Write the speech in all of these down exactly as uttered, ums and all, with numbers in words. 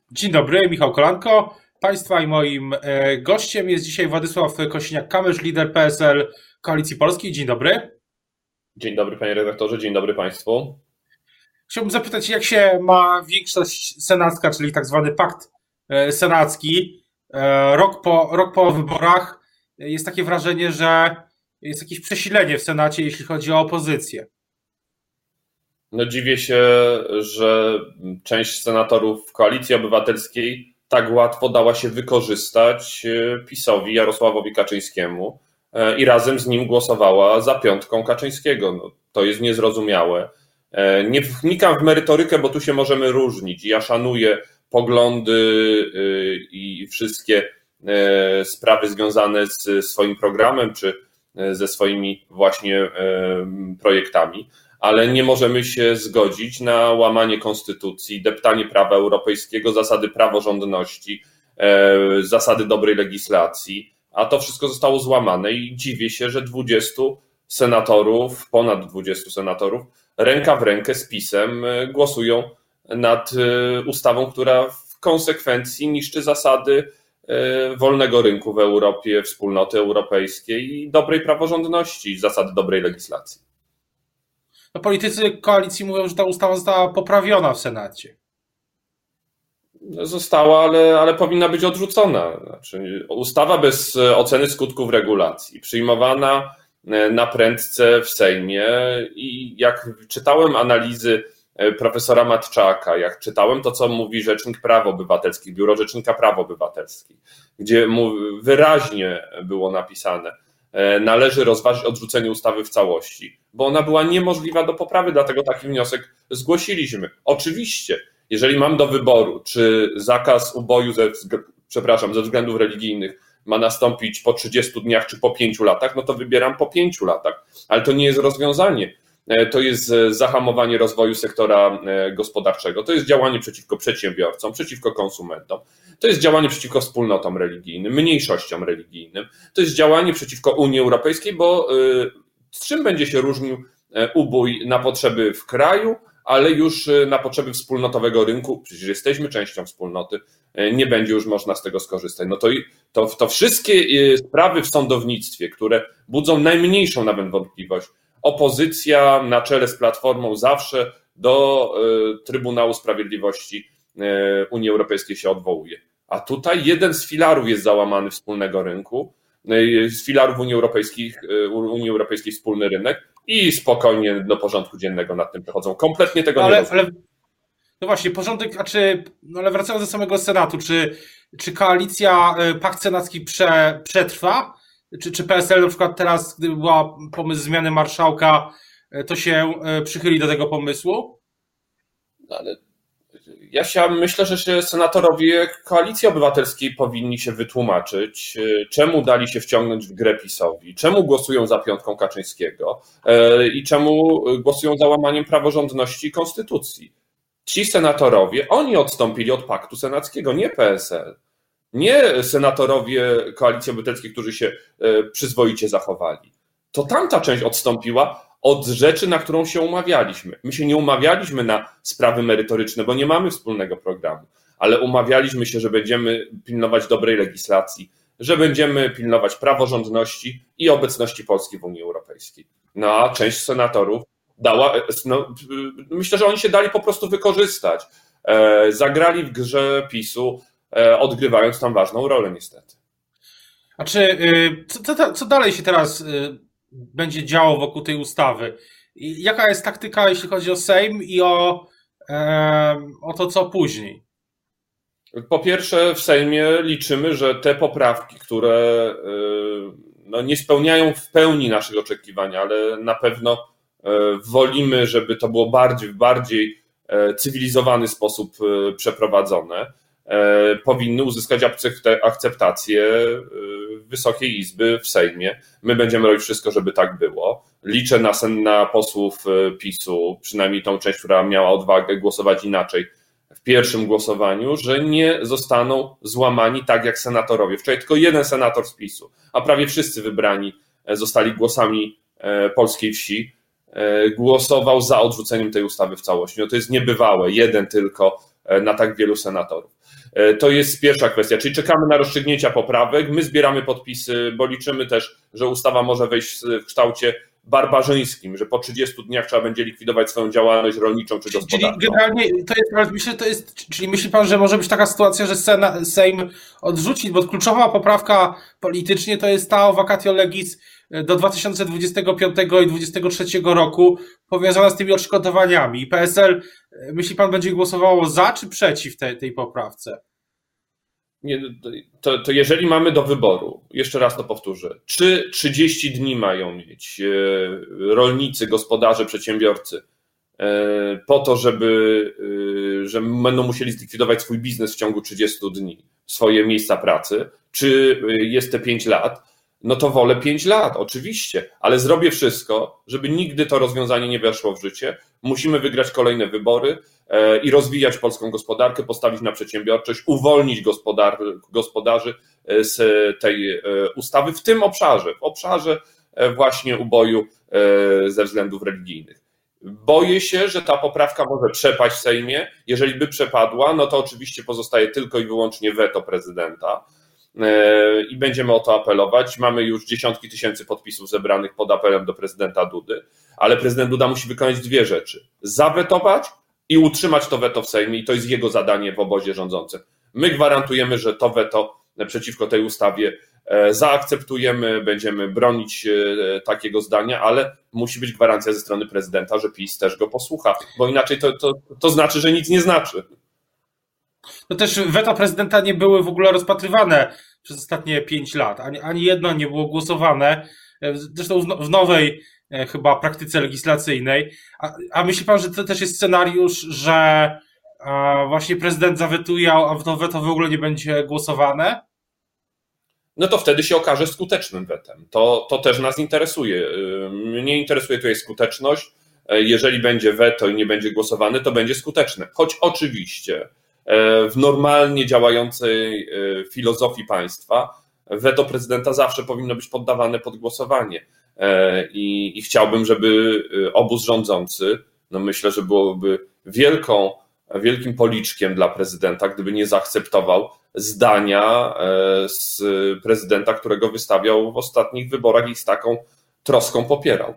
Dzień dobry, Michał Kolanko. Państwa i moim e, gościem jest dzisiaj Władysław Kosiniak-Kamysz, lider P S L Koalicji Polskiej. Dzień dobry. Dzień dobry panie redaktorze, dzień dobry państwu. Chciałbym zapytać, jak się ma większość senacka, czyli tak zwany pakt e, senacki. E, rok po, rok po wyborach jest takie wrażenie, że jest jakieś przesilenie w Senacie, jeśli chodzi o opozycję. No dziwię się, że część senatorów Koalicji Obywatelskiej tak łatwo dała się wykorzystać PiS-owi, Jarosławowi Kaczyńskiemu i razem z nim głosowała za piątką Kaczyńskiego. No, to jest niezrozumiałe. Nie wnikam w merytorykę, bo tu się możemy różnić. Ja szanuję poglądy i wszystkie sprawy związane z swoim programem czy ze swoimi właśnie projektami, ale nie możemy się zgodzić na łamanie konstytucji, deptanie prawa europejskiego, zasady praworządności, zasady dobrej legislacji, a to wszystko zostało złamane i dziwię się, że dwudziestu senatorów, ponad dwudziestu senatorów, ręka w rękę z PiS-em głosują nad ustawą, która w konsekwencji niszczy zasady wolnego rynku w Europie, wspólnoty europejskiej i dobrej praworządności, zasady dobrej legislacji. No, politycy koalicji mówią, że ta ustawa została poprawiona w Senacie. Została, ale, ale powinna być odrzucona. Znaczy, ustawa bez oceny skutków regulacji, przyjmowana na prędce w Sejmie i jak czytałem analizy profesora Matczaka, jak czytałem to, co mówi Rzecznik Praw Obywatelskich, Biuro Rzecznika Praw Obywatelskich, gdzie mu wyraźnie było napisane, należy rozważyć odrzucenie ustawy w całości, bo ona była niemożliwa do poprawy, dlatego taki wniosek zgłosiliśmy. Oczywiście, jeżeli mam do wyboru, czy zakaz uboju ze, przepraszam, ze względów religijnych ma nastąpić po trzydziestu dniach czy po pięciu latach, no to wybieram po pięciu latach, ale to nie jest rozwiązanie. To jest zahamowanie rozwoju sektora gospodarczego, to jest działanie przeciwko przedsiębiorcom, przeciwko konsumentom, to jest działanie przeciwko wspólnotom religijnym, mniejszościom religijnym, to jest działanie przeciwko Unii Europejskiej, bo z czym będzie się różnił ubój na potrzeby w kraju, ale już na potrzeby wspólnotowego rynku, przecież jesteśmy częścią wspólnoty, nie będzie już można z tego skorzystać. No to, to, to wszystkie sprawy w sądownictwie, które budzą najmniejszą nawet wątpliwość, opozycja na czele z Platformą zawsze do Trybunału Sprawiedliwości Unii Europejskiej się odwołuje. A tutaj jeden z filarów jest załamany wspólnego rynku, z filarów Unii Europejskiej, Unii Europejskiej wspólny rynek i spokojnie do porządku dziennego nad tym przechodzą. Kompletnie tego ale, nie rozumiem. Ale, no właśnie, porządek, a czy, no ale wracając do samego Senatu, czy, czy koalicja, pakt senacki prze, przetrwa? Czy, czy P S L na przykład teraz, gdyby była pomysł zmiany marszałka, to się przychyli do tego pomysłu? Ale ja się myślę, że się senatorowie Koalicji Obywatelskiej powinni się wytłumaczyć, czemu dali się wciągnąć w grę PiS-owi, czemu głosują za piątką Kaczyńskiego i czemu głosują za łamaniem praworządności i konstytucji. Ci senatorowie, oni odstąpili od paktu senackiego, nie P S L. Nie senatorowie Koalicji Obywatelskiej, którzy się przyzwoicie zachowali. To tamta część odstąpiła od rzeczy, na którą się umawialiśmy. My się nie umawialiśmy na sprawy merytoryczne, bo nie mamy wspólnego programu, ale umawialiśmy się, że będziemy pilnować dobrej legislacji, że będziemy pilnować praworządności i obecności Polski w Unii Europejskiej. No a część senatorów dała, no, myślę, że oni się dali po prostu wykorzystać. E, zagrali w grze PiS-u, e, odgrywając tam ważną rolę niestety. A czy, co, co, co dalej się teraz będzie działo wokół tej ustawy? Jaka jest taktyka, jeśli chodzi o Sejm i o, o to, co później? Po pierwsze, w Sejmie liczymy, że te poprawki, które no, nie spełniają w pełni naszych oczekiwań, ale na pewno wolimy, żeby to było bardziej, w bardziej cywilizowany sposób przeprowadzone, powinny uzyskać akceptację Wysokiej Izby w Sejmie. My będziemy robić wszystko, żeby tak było. Liczę na, na posłów PiS-u, przynajmniej tą część, która miała odwagę głosować inaczej w pierwszym głosowaniu, że nie zostaną złamani tak jak senatorowie. Wczoraj tylko jeden senator z PiS-u, a prawie wszyscy wybrani zostali głosami polskiej wsi, głosował za odrzuceniem tej ustawy w całości. No to jest niebywałe. Jeden tylko na tak wielu senatorów. To jest pierwsza kwestia, czyli czekamy na rozstrzygnięcia poprawek, my zbieramy podpisy, bo liczymy też, że ustawa może wejść w kształcie barbarzyńskim, że po trzydziestu dniach trzeba będzie likwidować swoją działalność rolniczą czy gospodarczą. Czyli generalnie to jest, myślę, to jest, czyli myśli pan, że może być taka sytuacja, że Sena, Sejm odrzuci, bo kluczowa poprawka politycznie to jest ta o vacatio legis do dwa tysiące dwudziestego piątego i dwa tysiące dwudziestego trzeciego roku powiązana z tymi odszkodowaniami. P S L, myśli pan, będzie głosowało za czy przeciw tej, tej poprawce? Nie, to, to jeżeli mamy do wyboru, jeszcze raz to powtórzę, czy trzydzieści dni mają mieć rolnicy, gospodarze, przedsiębiorcy po to, żeby że będą musieli zlikwidować swój biznes w ciągu trzydziestu dni, swoje miejsca pracy, czy jest te pięć lat, no to wolę pięć lat, oczywiście, ale zrobię wszystko, żeby nigdy to rozwiązanie nie weszło w życie. Musimy wygrać kolejne wybory i rozwijać polską gospodarkę, postawić na przedsiębiorczość, uwolnić gospodar, gospodarzy z tej ustawy w tym obszarze, w obszarze właśnie uboju ze względów religijnych. Boję się, że ta poprawka może przepaść w Sejmie. Jeżeli by przepadła, no to oczywiście pozostaje tylko i wyłącznie weto prezydenta i będziemy o to apelować. Mamy już dziesiątki tysięcy podpisów zebranych pod apelem do prezydenta Dudy, ale prezydent Duda musi wykonać dwie rzeczy. Zawetować i utrzymać to weto w Sejmie i to jest jego zadanie w obozie rządzącym. My gwarantujemy, że to weto przeciwko tej ustawie zaakceptujemy, będziemy bronić takiego zdania, ale musi być gwarancja ze strony prezydenta, że PiS też go posłucha, bo inaczej to, to, to znaczy, że nic nie znaczy. No też weta prezydenta nie były w ogóle rozpatrywane przez ostatnie pięć lat. Ani, ani jedno nie było głosowane. Zresztą w, w nowej chyba praktyce legislacyjnej. A, a myśli pan, że to też jest scenariusz, że a, właśnie prezydent zawetuje, a to weto w ogóle nie będzie głosowane? No to wtedy się okaże skutecznym wetem. To, to też nas interesuje. Mnie interesuje tutaj skuteczność. Jeżeli będzie weto i nie będzie głosowane, to będzie skuteczne. Choć oczywiście w normalnie działającej filozofii państwa weto prezydenta zawsze powinno być poddawane pod głosowanie. I, i chciałbym, żeby obóz rządzący, no myślę, że byłoby wielką, wielkim policzkiem dla prezydenta, gdyby nie zaakceptował zdania z prezydenta, którego wystawiał w ostatnich wyborach i z taką troską popierał.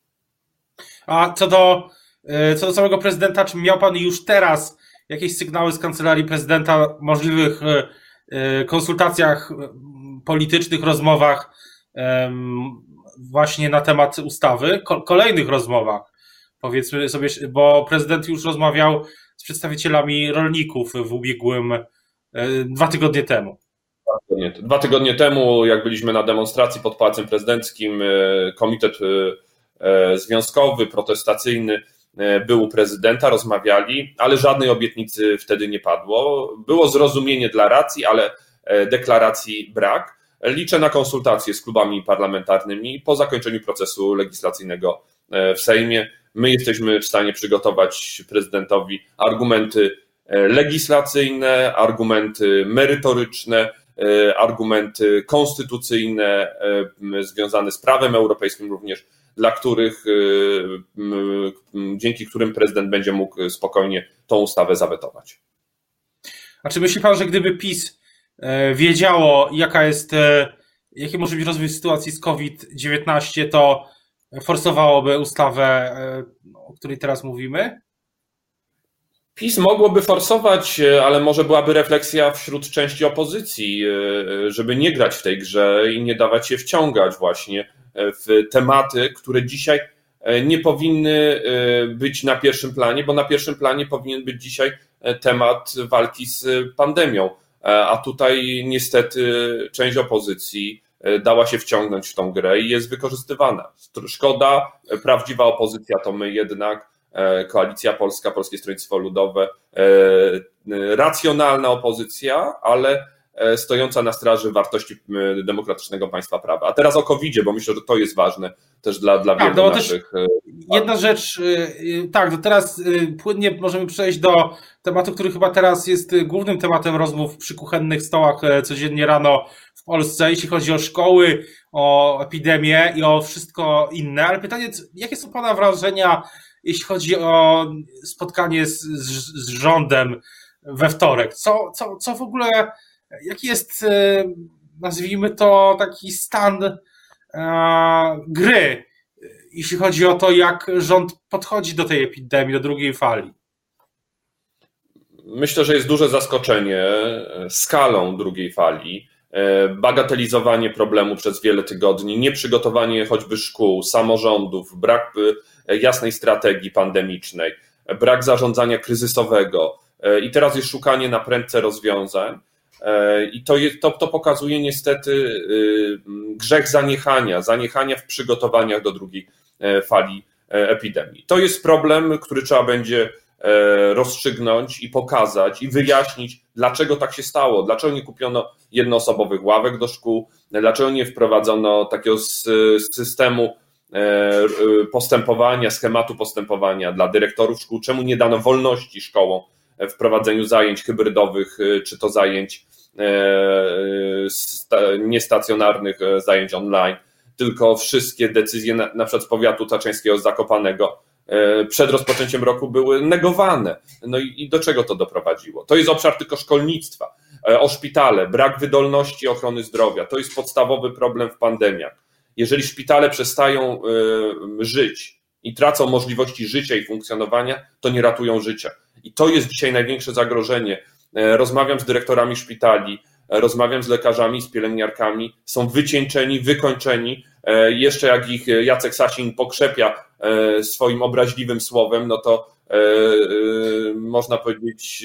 A co do, co do samego prezydenta, czy miał pan już teraz jakieś sygnały z kancelarii prezydenta o możliwych konsultacjach politycznych, rozmowach właśnie na temat ustawy, kolejnych rozmowach, powiedzmy sobie, bo prezydent już rozmawiał z przedstawicielami rolników w ubiegłym, dwa tygodnie temu. Dwa tygodnie temu, jak byliśmy na demonstracji pod Pałacem Prezydenckim, komitet związkowy, protestacyjny był u prezydenta, rozmawiali, ale żadnej obietnicy wtedy nie padło. Było zrozumienie dla racji, ale deklaracji brak. Liczę na konsultacje z klubami parlamentarnymi po zakończeniu procesu legislacyjnego w Sejmie. My jesteśmy w stanie przygotować prezydentowi argumenty legislacyjne, argumenty merytoryczne, argumenty konstytucyjne związane z prawem europejskim również, dla których, dzięki którym prezydent będzie mógł spokojnie tą ustawę zawetować. A czy myśli pan, że gdyby PiS wiedziało, jaka jest, jaki może być rozwój sytuacji z COVID dziewiętnaście, to forsowałoby ustawę, o której teraz mówimy? PiS mogłoby forsować, ale może byłaby refleksja wśród części opozycji, żeby nie grać w tej grze i nie dawać się wciągać właśnie w tematy, które dzisiaj nie powinny być na pierwszym planie, bo na pierwszym planie powinien być dzisiaj temat walki z pandemią, a tutaj niestety część opozycji dała się wciągnąć w tą grę i jest wykorzystywana. Szkoda, prawdziwa opozycja to my jednak, Koalicja Polska, Polskie Stronnictwo Ludowe, racjonalna opozycja, ale stojąca na straży wartości demokratycznego państwa prawa. A teraz o kowidzie, bo myślę, że to jest ważne też dla, dla wielu tak, no naszych... Jedna rzecz, tak, to teraz płynnie możemy przejść do tematu, który chyba teraz jest głównym tematem rozmów przy kuchennych stołach codziennie rano w Polsce, jeśli chodzi o szkoły, o epidemię i o wszystko inne, ale pytanie, jakie są pana wrażenia, jeśli chodzi o spotkanie z, z, z rządem we wtorek. Co, co, co w ogóle, jaki jest, nazwijmy to, taki stan gry, jeśli chodzi o to, jak rząd podchodzi do tej epidemii, do drugiej fali? Myślę, że jest duże zaskoczenie skalą drugiej fali, bagatelizowanie problemu przez wiele tygodni, nieprzygotowanie choćby szkół, samorządów, brak jasnej strategii pandemicznej, brak zarządzania kryzysowego i teraz jest szukanie na prędce rozwiązań. I to, jest, to, to pokazuje niestety grzech zaniechania, zaniechania w przygotowaniach do drugiej fali epidemii. To jest problem, który trzeba będzie rozstrzygnąć i pokazać i wyjaśnić, dlaczego tak się stało, dlaczego nie kupiono jednoosobowych ławek do szkół, dlaczego nie wprowadzono takiego systemu postępowania, schematu postępowania dla dyrektorów szkół, czemu nie dano wolności szkołom w prowadzeniu zajęć hybrydowych, czy to zajęć niestacjonarnych, zajęć online, tylko wszystkie decyzje na, na przykład z powiatu taczeńskiego, z Zakopanego przed rozpoczęciem roku były negowane. No i, i do czego to doprowadziło? To jest obszar tylko szkolnictwa, o szpitale, brak wydolności ochrony zdrowia. To jest podstawowy problem w pandemiach. Jeżeli szpitale przestają y, żyć i tracą możliwości życia i funkcjonowania, to nie ratują życia. I to jest dzisiaj największe zagrożenie. Rozmawiam z dyrektorami szpitali, rozmawiam z lekarzami, z pielęgniarkami, są wycieńczeni, wykończeni. Jeszcze jak ich Jacek Sasin pokrzepia swoim obraźliwym słowem, no to można powiedzieć,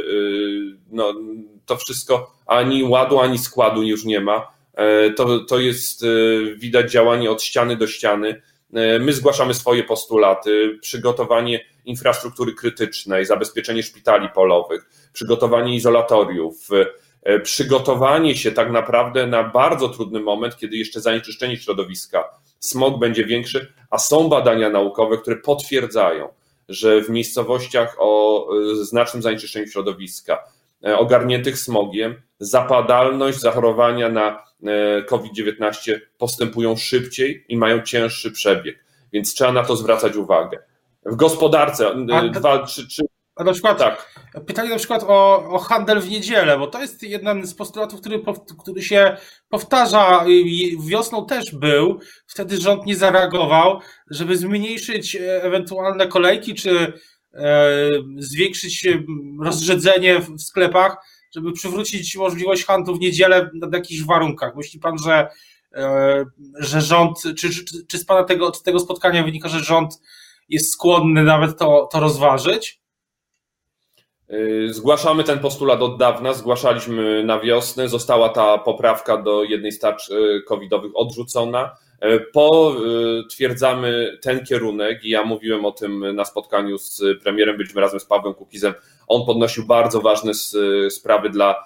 no to wszystko ani ładu, ani składu już nie ma. To, to jest widać działanie od ściany do ściany. My zgłaszamy swoje postulaty, przygotowanie infrastruktury krytycznej, zabezpieczenie szpitali polowych, przygotowanie izolatoriów, przygotowanie się tak naprawdę na bardzo trudny moment, kiedy jeszcze zanieczyszczenie środowiska, smog będzie większy, a są badania naukowe, które potwierdzają, że w miejscowościach o znacznym zanieczyszczeniu środowiska, ogarniętych smogiem, zapadalność, zachorowania na COVID dziewiętnaście postępują szybciej i mają cięższy przebieg, więc trzeba na to zwracać uwagę. W gospodarce A, dwa, trzy, trzy. A na przykład tak. Pytanie na przykład o, o handel w niedzielę, bo to jest jeden z postulatów, który, który się powtarza, wiosną też był, wtedy rząd nie zareagował, żeby zmniejszyć ewentualne kolejki, czy e, zwiększyć rozrzedzenie w sklepach, żeby przywrócić możliwość handlu w niedzielę na jakichś warunkach. Myśli pan, że, e, że rząd, czy, czy, czy z pana tego, z tego spotkania wynika, że rząd jest skłonny nawet to, to rozważyć? Zgłaszamy ten postulat od dawna, zgłaszaliśmy na wiosnę, została ta poprawka do jednej z tarcz covidowych odrzucona. Potwierdzamy ten kierunek i ja mówiłem o tym na spotkaniu z premierem, byliśmy razem z Pawłem Kukizem. On podnosił bardzo ważne sprawy dla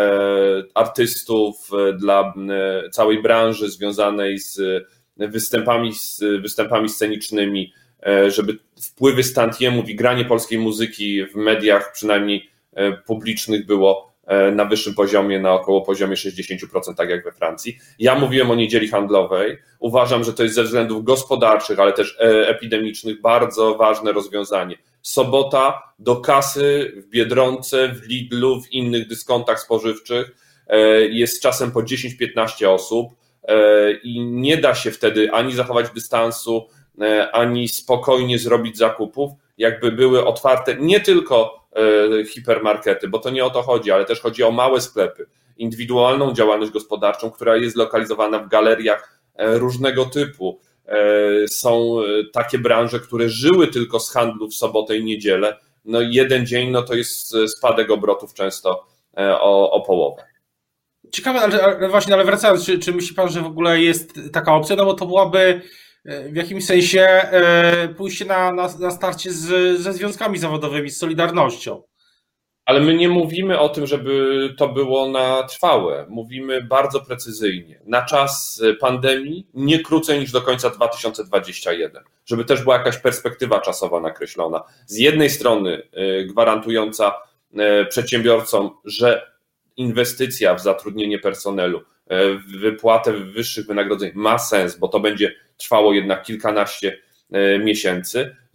artystów, dla całej branży związanej z występami, z występami scenicznymi, żeby wpływy stantiemów i granie polskiej muzyki w mediach, przynajmniej publicznych, było na wyższym poziomie, na około poziomie sześćdziesiąt procent, tak jak we Francji. Ja mówiłem o niedzieli handlowej. Uważam, że to jest ze względów gospodarczych, ale też epidemicznych bardzo ważne rozwiązanie. Sobota do kasy w Biedronce, w Lidlu, w innych dyskontach spożywczych jest czasem po dziesięć piętnaście osób i nie da się wtedy ani zachować dystansu, ani spokojnie zrobić zakupów, jakby były otwarte nie tylko hipermarkety, bo to nie o to chodzi, ale też chodzi o małe sklepy, indywidualną działalność gospodarczą, która jest zlokalizowana w galeriach różnego typu. Są takie branże, które żyły tylko z handlu w sobotę i niedzielę. No jeden dzień no to jest spadek obrotów często o, o połowę. Ciekawe, ale właśnie, ale wracając, czy, czy myśli pan, że w ogóle jest taka opcja, no bo to byłaby w jakimś sensie pójście na, na, na starcie z, ze związkami zawodowymi, z Solidarnością. Ale my nie mówimy o tym, żeby to było na trwałe. Mówimy bardzo precyzyjnie. Na czas pandemii nie krócej niż do końca dwa tysiące dwudziestego pierwszego. Żeby też była jakaś perspektywa czasowa nakreślona. Z jednej strony gwarantująca przedsiębiorcom, że inwestycja w zatrudnienie personelu, w wypłatę wyższych wynagrodzeń ma sens, bo to będzie trwało jednak kilkanaście miesięcy.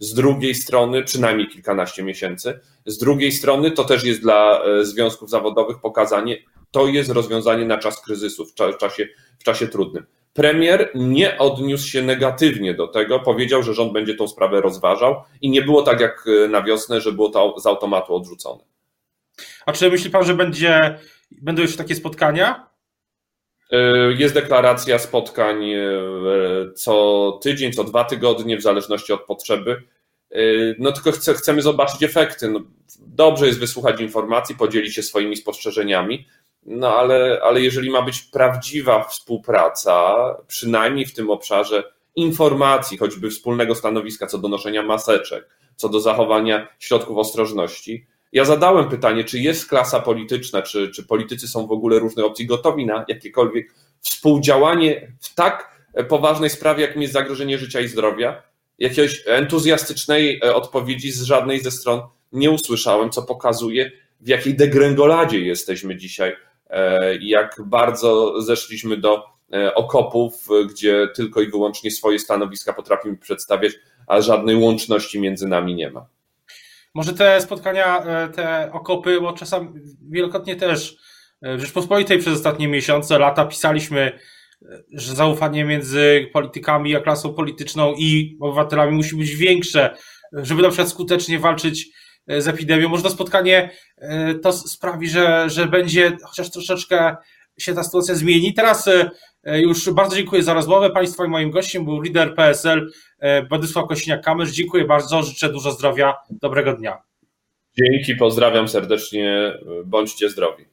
Z drugiej strony, przynajmniej kilkanaście miesięcy, z drugiej strony to też jest dla związków zawodowych pokazanie, to jest rozwiązanie na czas kryzysu, w czasie, w czasie trudnym. Premier nie odniósł się negatywnie do tego, powiedział, że rząd będzie tą sprawę rozważał i nie było tak jak na wiosnę, że było to z automatu odrzucone. A czy myśli pan, że będzie, będą jeszcze takie spotkania? Jest deklaracja spotkań co tydzień, co dwa tygodnie, w zależności od potrzeby. No tylko chcę, chcemy zobaczyć efekty. No, dobrze jest wysłuchać informacji, podzielić się swoimi spostrzeżeniami, no ale, ale jeżeli ma być prawdziwa współpraca, przynajmniej w tym obszarze informacji, choćby wspólnego stanowiska co do noszenia maseczek, co do zachowania środków ostrożności. Ja zadałem pytanie, czy jest klasa polityczna, czy, czy politycy są w ogóle różnych opcji gotowi na jakiekolwiek współdziałanie w tak poważnej sprawie, jakim jest zagrożenie życia i zdrowia. Jakiejś entuzjastycznej odpowiedzi z żadnej ze stron nie usłyszałem, co pokazuje, w jakiej degrengoladzie jesteśmy dzisiaj i jak bardzo zeszliśmy do okopów, gdzie tylko i wyłącznie swoje stanowiska potrafimy przedstawiać, a żadnej łączności między nami nie ma. Może te spotkania, te okopy, bo czasami wielokrotnie też w Rzeczpospolitej przez ostatnie miesiące, lata pisaliśmy, że zaufanie między politykami a klasą polityczną i obywatelami musi być większe, żeby na przykład skutecznie walczyć z epidemią. Może to spotkanie to sprawi, że, że będzie chociaż troszeczkę się ta sytuacja zmieni. Teraz już bardzo dziękuję za rozmowę. Państwa i moim gościem był lider P S L Władysław Kosiniak-Kamysz. Dziękuję bardzo, życzę dużo zdrowia, dobrego dnia. Dzięki, pozdrawiam serdecznie, bądźcie zdrowi.